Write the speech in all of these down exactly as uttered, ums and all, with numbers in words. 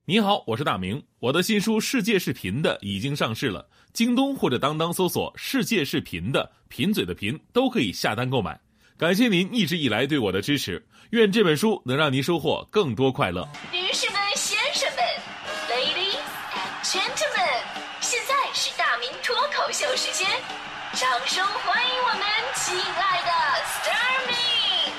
你好，我是大明。我的新书《世界是贫的》已经上市了，京东或者当当搜索"世界是贫的"，贫嘴的贫都可以下单购买。感谢您一直以来对我的支持，愿这本书能让您收获更多快乐。 女士们、先生们 ，Ladies and Gentlemen， 现在是大明脱口秀时间，掌声欢迎我们亲爱的 Starmin。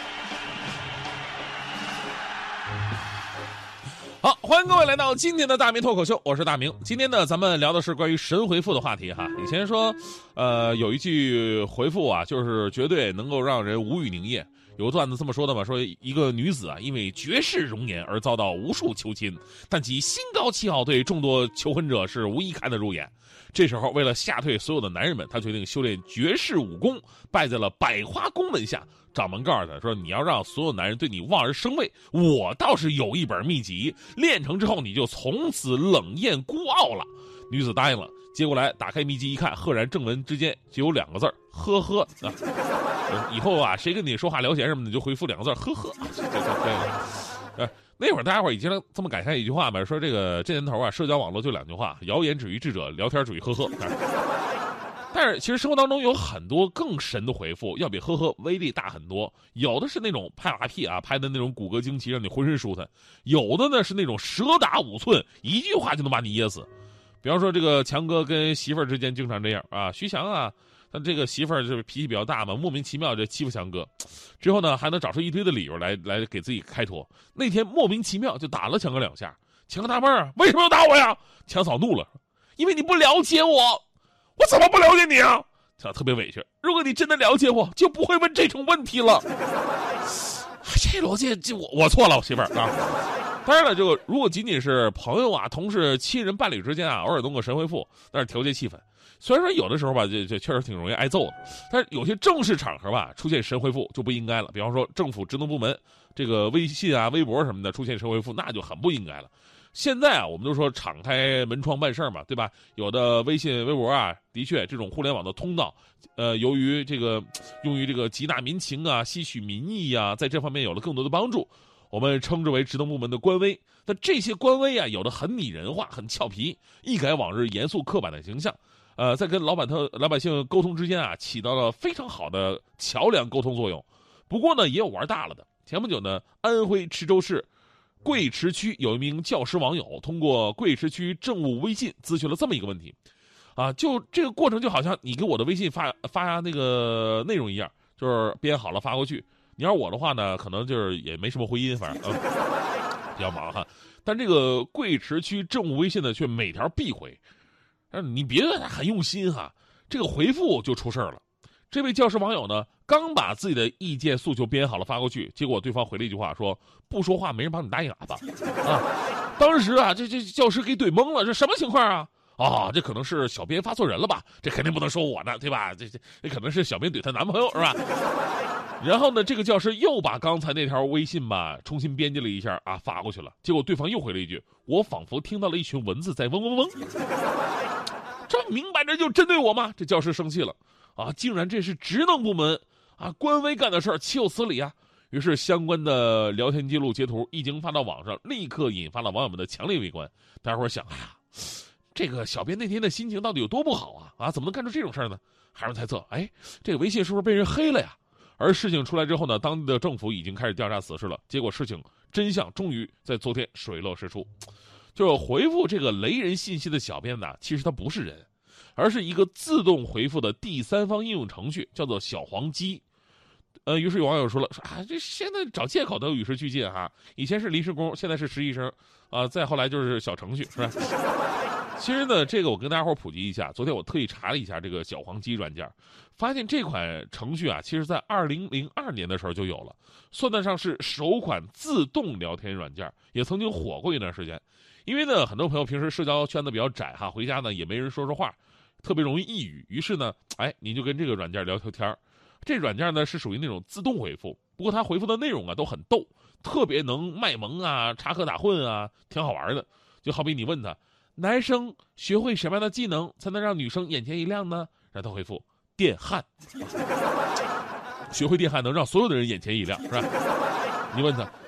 好，欢迎各位来到今天的大明脱口秀，我是大明。今天呢，咱们聊的是关于神回复的话题哈。以前说，呃，有一句回复啊，就是绝对能够让人无语凝噎。有个段子这么说的嘛，说一个女子啊，因为绝世容颜而遭到无数求亲，但其心高气傲，对众多求婚者是无一看得入眼。这时候，为了吓退所有的男人们，她决定修炼绝世武功，拜在了百花宫门下。掌门告诉他说：“你要让所有男人对你望而生畏，我倒是有一本秘籍，练成之后你就从此冷艳孤傲了。”女子答应了，接过来打开秘籍一看，赫然正文之间只有两个字儿呵呵啊。以后啊，谁跟你说话聊闲什么的，你就回复两个字呵呵，这就可以了。呃，那会儿大家伙已经这么改善一句话嘛，说这个这年头啊，社交网络就两句话：谣言止于智者，聊天止于呵呵。但是其实生活当中有很多更神的回复，要比呵呵威力大很多。有的是那种拍马屁啊，拍的那种骨骼惊奇，让你浑身舒坦；有的呢是那种蛇打五寸，一句话就能把你噎死。比方说这个强哥跟媳妇儿之间经常这样啊，徐翔啊，他这个媳妇儿就是脾气比较大嘛，莫名其妙就欺负强哥，之后呢还能找出一堆的理由来来给自己开脱。那天莫名其妙就打了强哥两下，强哥纳闷啊，为什么要打我呀？强嫂怒了，因为你不了解我。我怎么不了解你啊？强特别委屈。如果你真的了解我，就不会问这种问题了。这逻辑，这我我错了，我媳妇儿啊。当然了，这个如果仅仅是朋友啊、同事、亲人、伴侣之间啊，偶尔弄个神回复，那是调节气氛。虽然说有的时候吧，这这确实挺容易挨揍的，但是有些正式场合吧，出现神回复就不应该了。比方说政府职能部门，这个微信啊、微博什么的出现神回复，那就很不应该了。现在啊，我们都说敞开门窗办事儿嘛，对吧？有的微信、微博啊，的确这种互联网的通道，呃，由于这个用于这个集纳民情啊、吸取民意啊，在这方面有了更多的帮助。我们称之为职能部门的官微。那这些官微啊，有的很拟人化、很俏皮，一改往日严肃刻板的形象，呃，在跟老板特老百姓沟通之间啊，起到了非常好的桥梁沟通作用。不过呢，也有玩大了的。前不久呢，安徽池州市贵池区有一名教师网友通过贵池区政务微信咨询了这么一个问题，啊，就这个过程就好像你给我的微信发发那个内容一样，就是编好了发过去。你要我的话呢，可能就是也没什么回音，反正、呃、比较忙哈。但这个贵池区政务微信呢，却每条必回。但是你别很用心哈，这个回复就出事了。这位教师网友呢，刚把自己的意见诉求编好了发过去，结果对方回了一句话说：“不说话没人帮你搭哑巴。”啊，当时啊，这这教师给怼懵了，这什么情况啊？啊，这可能是小编发错人了吧？这肯定不能说我呢，对吧？这这这可能是小编怼她男朋友是吧？然后呢，这个教师又把刚才那条微信吧重新编辑了一下啊，发过去了。结果对方又回了一句：“我仿佛听到了一群蚊子在嗡嗡嗡。”这明摆着就针对我吗？这教师生气了。啊，竟然这是职能部门啊官微干的事儿，岂有此理啊！于是相关的聊天记录截图一经发到网上，立刻引发了网友们的强烈围观。大家伙想啊，这个小编那天的心情到底有多不好啊？啊，怎么能干出这种事儿呢？还有人猜测，哎，这个微信是不是被人黑了呀？而事情出来之后呢，当地的政府已经开始调查此事了。结果事情真相终于在昨天水落石出，就是回复这个雷人信息的小编呢，其实他不是人。而是一个自动回复的第三方应用程序，叫做小黄鸡。呃，于是有网友说了，说啊，这现在找借口都与时俱进哈。以前是临时工，现在是实习生，啊、呃，再后来就是小程序，是吧？其实呢，这个我跟大家伙普及一下。昨天我特意查了一下这个小黄鸡软件，发现这款程序啊，其实在二零零二年的时候就有了，算得上是首款自动聊天软件，也曾经火过一段时间。因为呢，很多朋友平时社交圈子比较窄哈，回家呢也没人说说话。特别容易抑郁，于是呢，哎，你就跟这个软件聊聊天。这软件呢是属于那种自动回复，不过它回复的内容啊都很逗，特别能卖萌啊、插科打诨啊，挺好玩的。就好比你问他，男生学会什么样的技能才能让女生眼前一亮呢？让他回复电焊，学会电焊能让所有的人眼前一亮，是吧？你问他，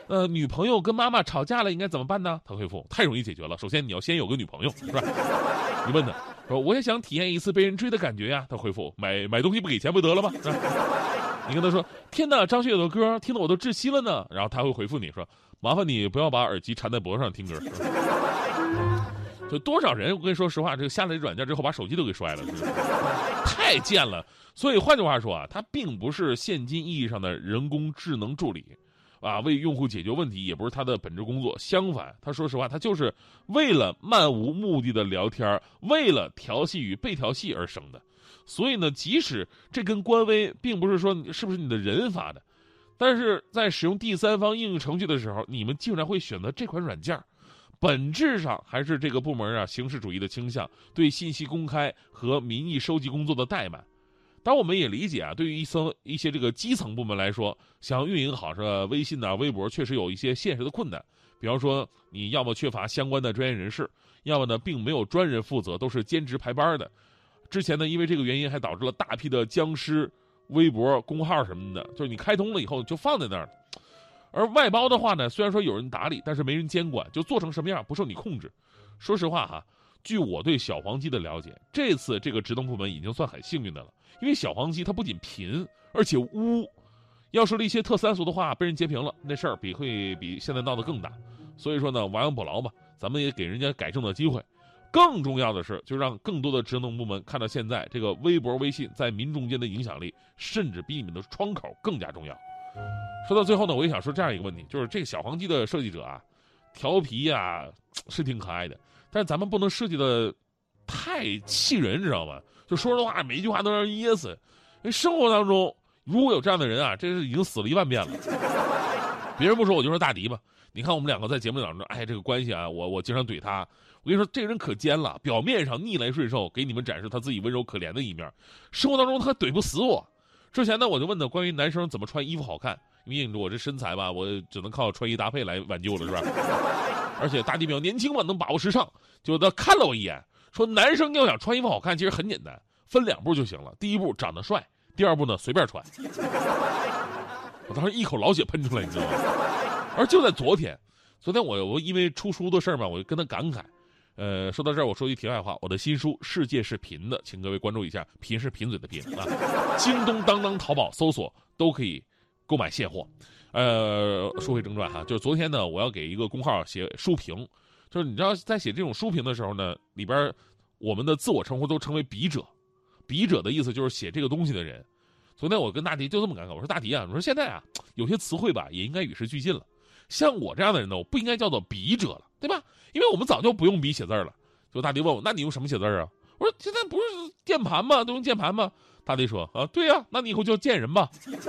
呃，女朋友跟妈妈吵架了应该怎么办呢？他回复：太容易解决了，首先你要先有个女朋友，是吧？你问他说我也想体验一次被人追的感觉呀，他回复：买买东西不给钱不得了吗？是吧？你跟他说天哪，张学友的歌听得我都窒息了呢，然后他会回复你说麻烦你不要把耳机缠在脖子上听歌。就多少人，我跟你说实话，这个下了这软件之后把手机都给摔了，是太贱了。所以换句话说啊，它并不是现今意义上的人工智能助理啊，为用户解决问题也不是它的本职工作。相反，他说实话，他就是为了漫无目的的聊天，为了调戏与被调戏而生的。所以呢，即使这跟官微并不是说是不是你的人发的，但是在使用第三方应用程序的时候，你们竟然会选择这款软件，本质上还是这个部门啊形式主义的倾向，对信息公开和民意收集工作的怠慢。当然我们也理解啊，对于一层一些这个基层部门来说，想要运营好这微信啊、微博，确实有一些现实的困难。比方说，你要么缺乏相关的专业人士，要么呢并没有专人负责，都是兼职排班的。之前呢，因为这个原因，还导致了大批的僵尸微博公号什么的，就是你开通了以后就放在那儿。而外包的话呢，虽然说有人打理，但是没人监管，就做成什么样不受你控制。说实话哈，据我对小黄鸡的了解，这次这个职能部门已经算很幸运的了，因为小黄鸡它不仅贫，而且污。要说了一些特三俗的话被人截屏了，那事儿比会比现在闹得更大。所以说呢，亡羊补牢嘛，咱们也给人家改正的机会。更重要的是，就让更多的职能部门看到现在这个微博、微信在民众间的影响力，甚至比你们的窗口更加重要。说到最后呢，我也想说这样一个问题，就是这个小黄鸡的设计者啊，调皮呀、啊、是挺可爱的，但是咱们不能设计的太气人，知道吗？就说的话每一句话都让人噎死。因为生活当中如果有这样的人啊，这是已经死了一万遍了。别人不说我就说大迪吧，你看我们两个在节目当中，哎，这个关系啊，我我经常怼他。我跟你说，这个人可奸了，表面上逆来顺受，给你们展示他自己温柔可怜的一面，生活当中他怼不死我。之前呢，我就问他关于男生怎么穿衣服好看，因为我这身材吧，我只能靠穿衣搭配来挽救了，是吧？而且大迪比较年轻嘛，能把握时尚。就他看了我一眼，说男生要想穿衣服好看，其实很简单，分两步就行了。第一步长得帅，第二步呢随便穿。我当时一口老血喷出来，你知道吗？而就在昨天，昨天我我因为出书的事儿嘛，我就跟他感慨。呃，说到这儿，我说句题外话，我的新书《世界是贫的》，请各位关注一下，贫是贫嘴的贫啊。京东、当当、淘宝搜索都可以购买现货。呃，说回正传哈，就是昨天呢，我要给一个公号写书评，就是你知道，在写这种书评的时候呢，里边我们的自我称呼都称为笔者，笔者的意思就是写这个东西的人。昨天我跟大迪就这么感慨，我说大迪啊，我说现在啊，有些词汇吧也应该与时俱进了。像我这样的人呢，我不应该叫做笔者了，对吧？因为我们早就不用笔写字了。就大迪问我，那你用什么写字啊？我说现在不是键盘吗？都用键盘吗？大迪说啊，对呀、啊，那你以后叫贱人吧。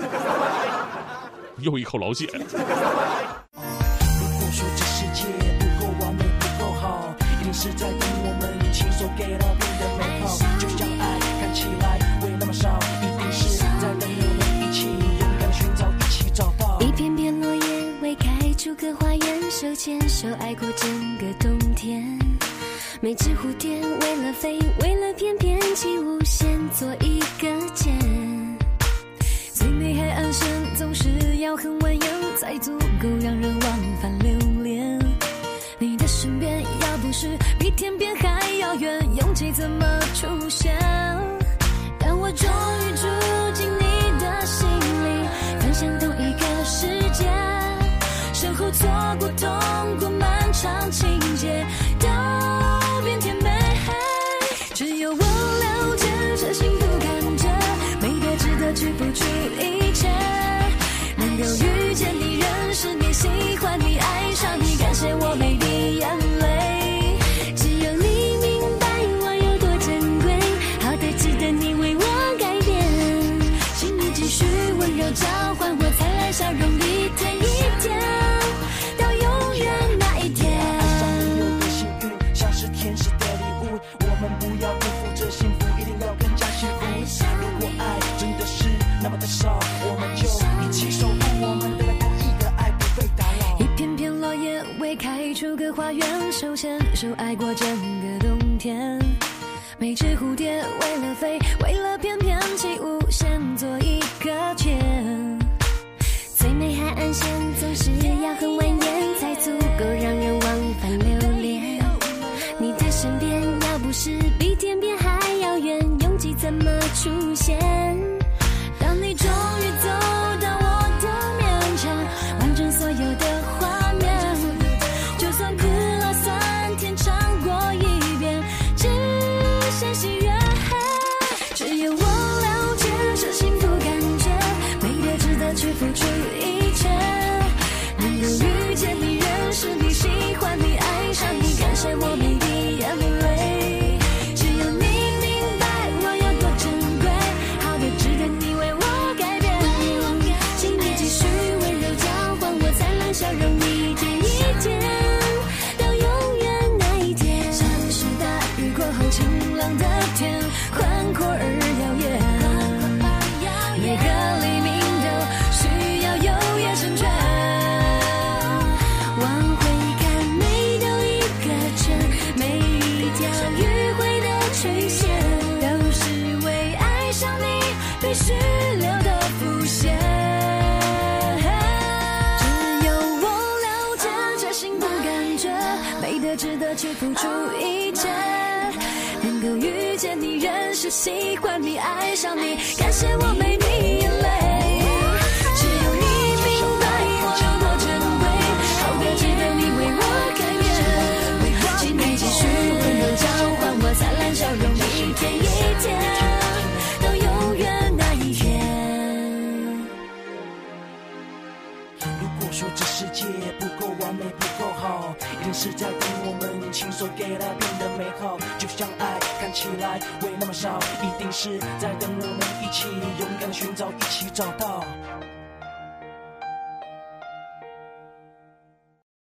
又一口老血。 如果说这世界不够完美不够好，一定是在等我们亲手给到变得美好。就像爱看起来会那么少，一定是在等我们一起勇敢寻找，一起找到。 一片片落叶为开出个花园，手牵手爱过整个冬天。每只蝴蝶为了飞，为了翩翩起舞，先做一个茧。最美海岸线总是要很蜿蜒，才足够让人往返留恋。你的身边要不是比天边还遥远，勇气怎么出现？让我终于住进你的心里，分享同一个世界，身后错过痛过漫长情节，都变甜美。只有我了解这幸福感觉，美得值得去付出一切。能够遇见你，认识你，喜欢你，爱上你，感谢我每滴眼泪。只有你明白我有多珍贵，好的值得你为我改变。请你继续温柔交换我灿烂笑容，一天一天到永远那一天。 爱上你有多幸运，像是天使的礼物，我们不要辜负这幸福，一定要更加幸福。如果爱真的是那么的少，我们就一起守护我们的同一个爱，不被打扰。 一片片落叶为开出个花园，手牵手爱过整个冬天。每只蝴蝶为了飞，为了翩翩起舞，先做一个茧。最美海岸线总是要很蜿蜒，才足够让人往返留恋。你的身边要不是比天边还遥远，拥挤怎么出现？当你终于走到我的面前，完成所有的画面，就算哭了三天，唱过一遍，只剩喜悦。只有我了解这幸福感觉，美得值得去付出一切。能够遇见你，认识你，喜欢你，爱上你，感谢我没滴眼泪。只有你明白我有多珍贵，好的值得你为我改变。请你继续温柔交换我灿烂笑容，一天一天到永远那一天。像是大雨过后晴朗的天，宽阔而遥远。每个黎明都需要有夜成全。往回看，每兜一个圈，每一条迂回的曲线，都是为爱上你必须留的伏线。只有我了解这幸福感觉，美得值得去付出一切。能够遇见你，认识喜欢你，爱上你，感谢我没你眼泪。只有你明白我有多珍贵，好的值得你为我改变。请你继续温柔交换我灿烂笑容，一天一天到永远那一天。 如果说这世界不够完美，不够好，一定是在等我们亲手给它变得美好。就像爱看起来会那么少，一定是在等我们一起勇敢的寻找，一起找到。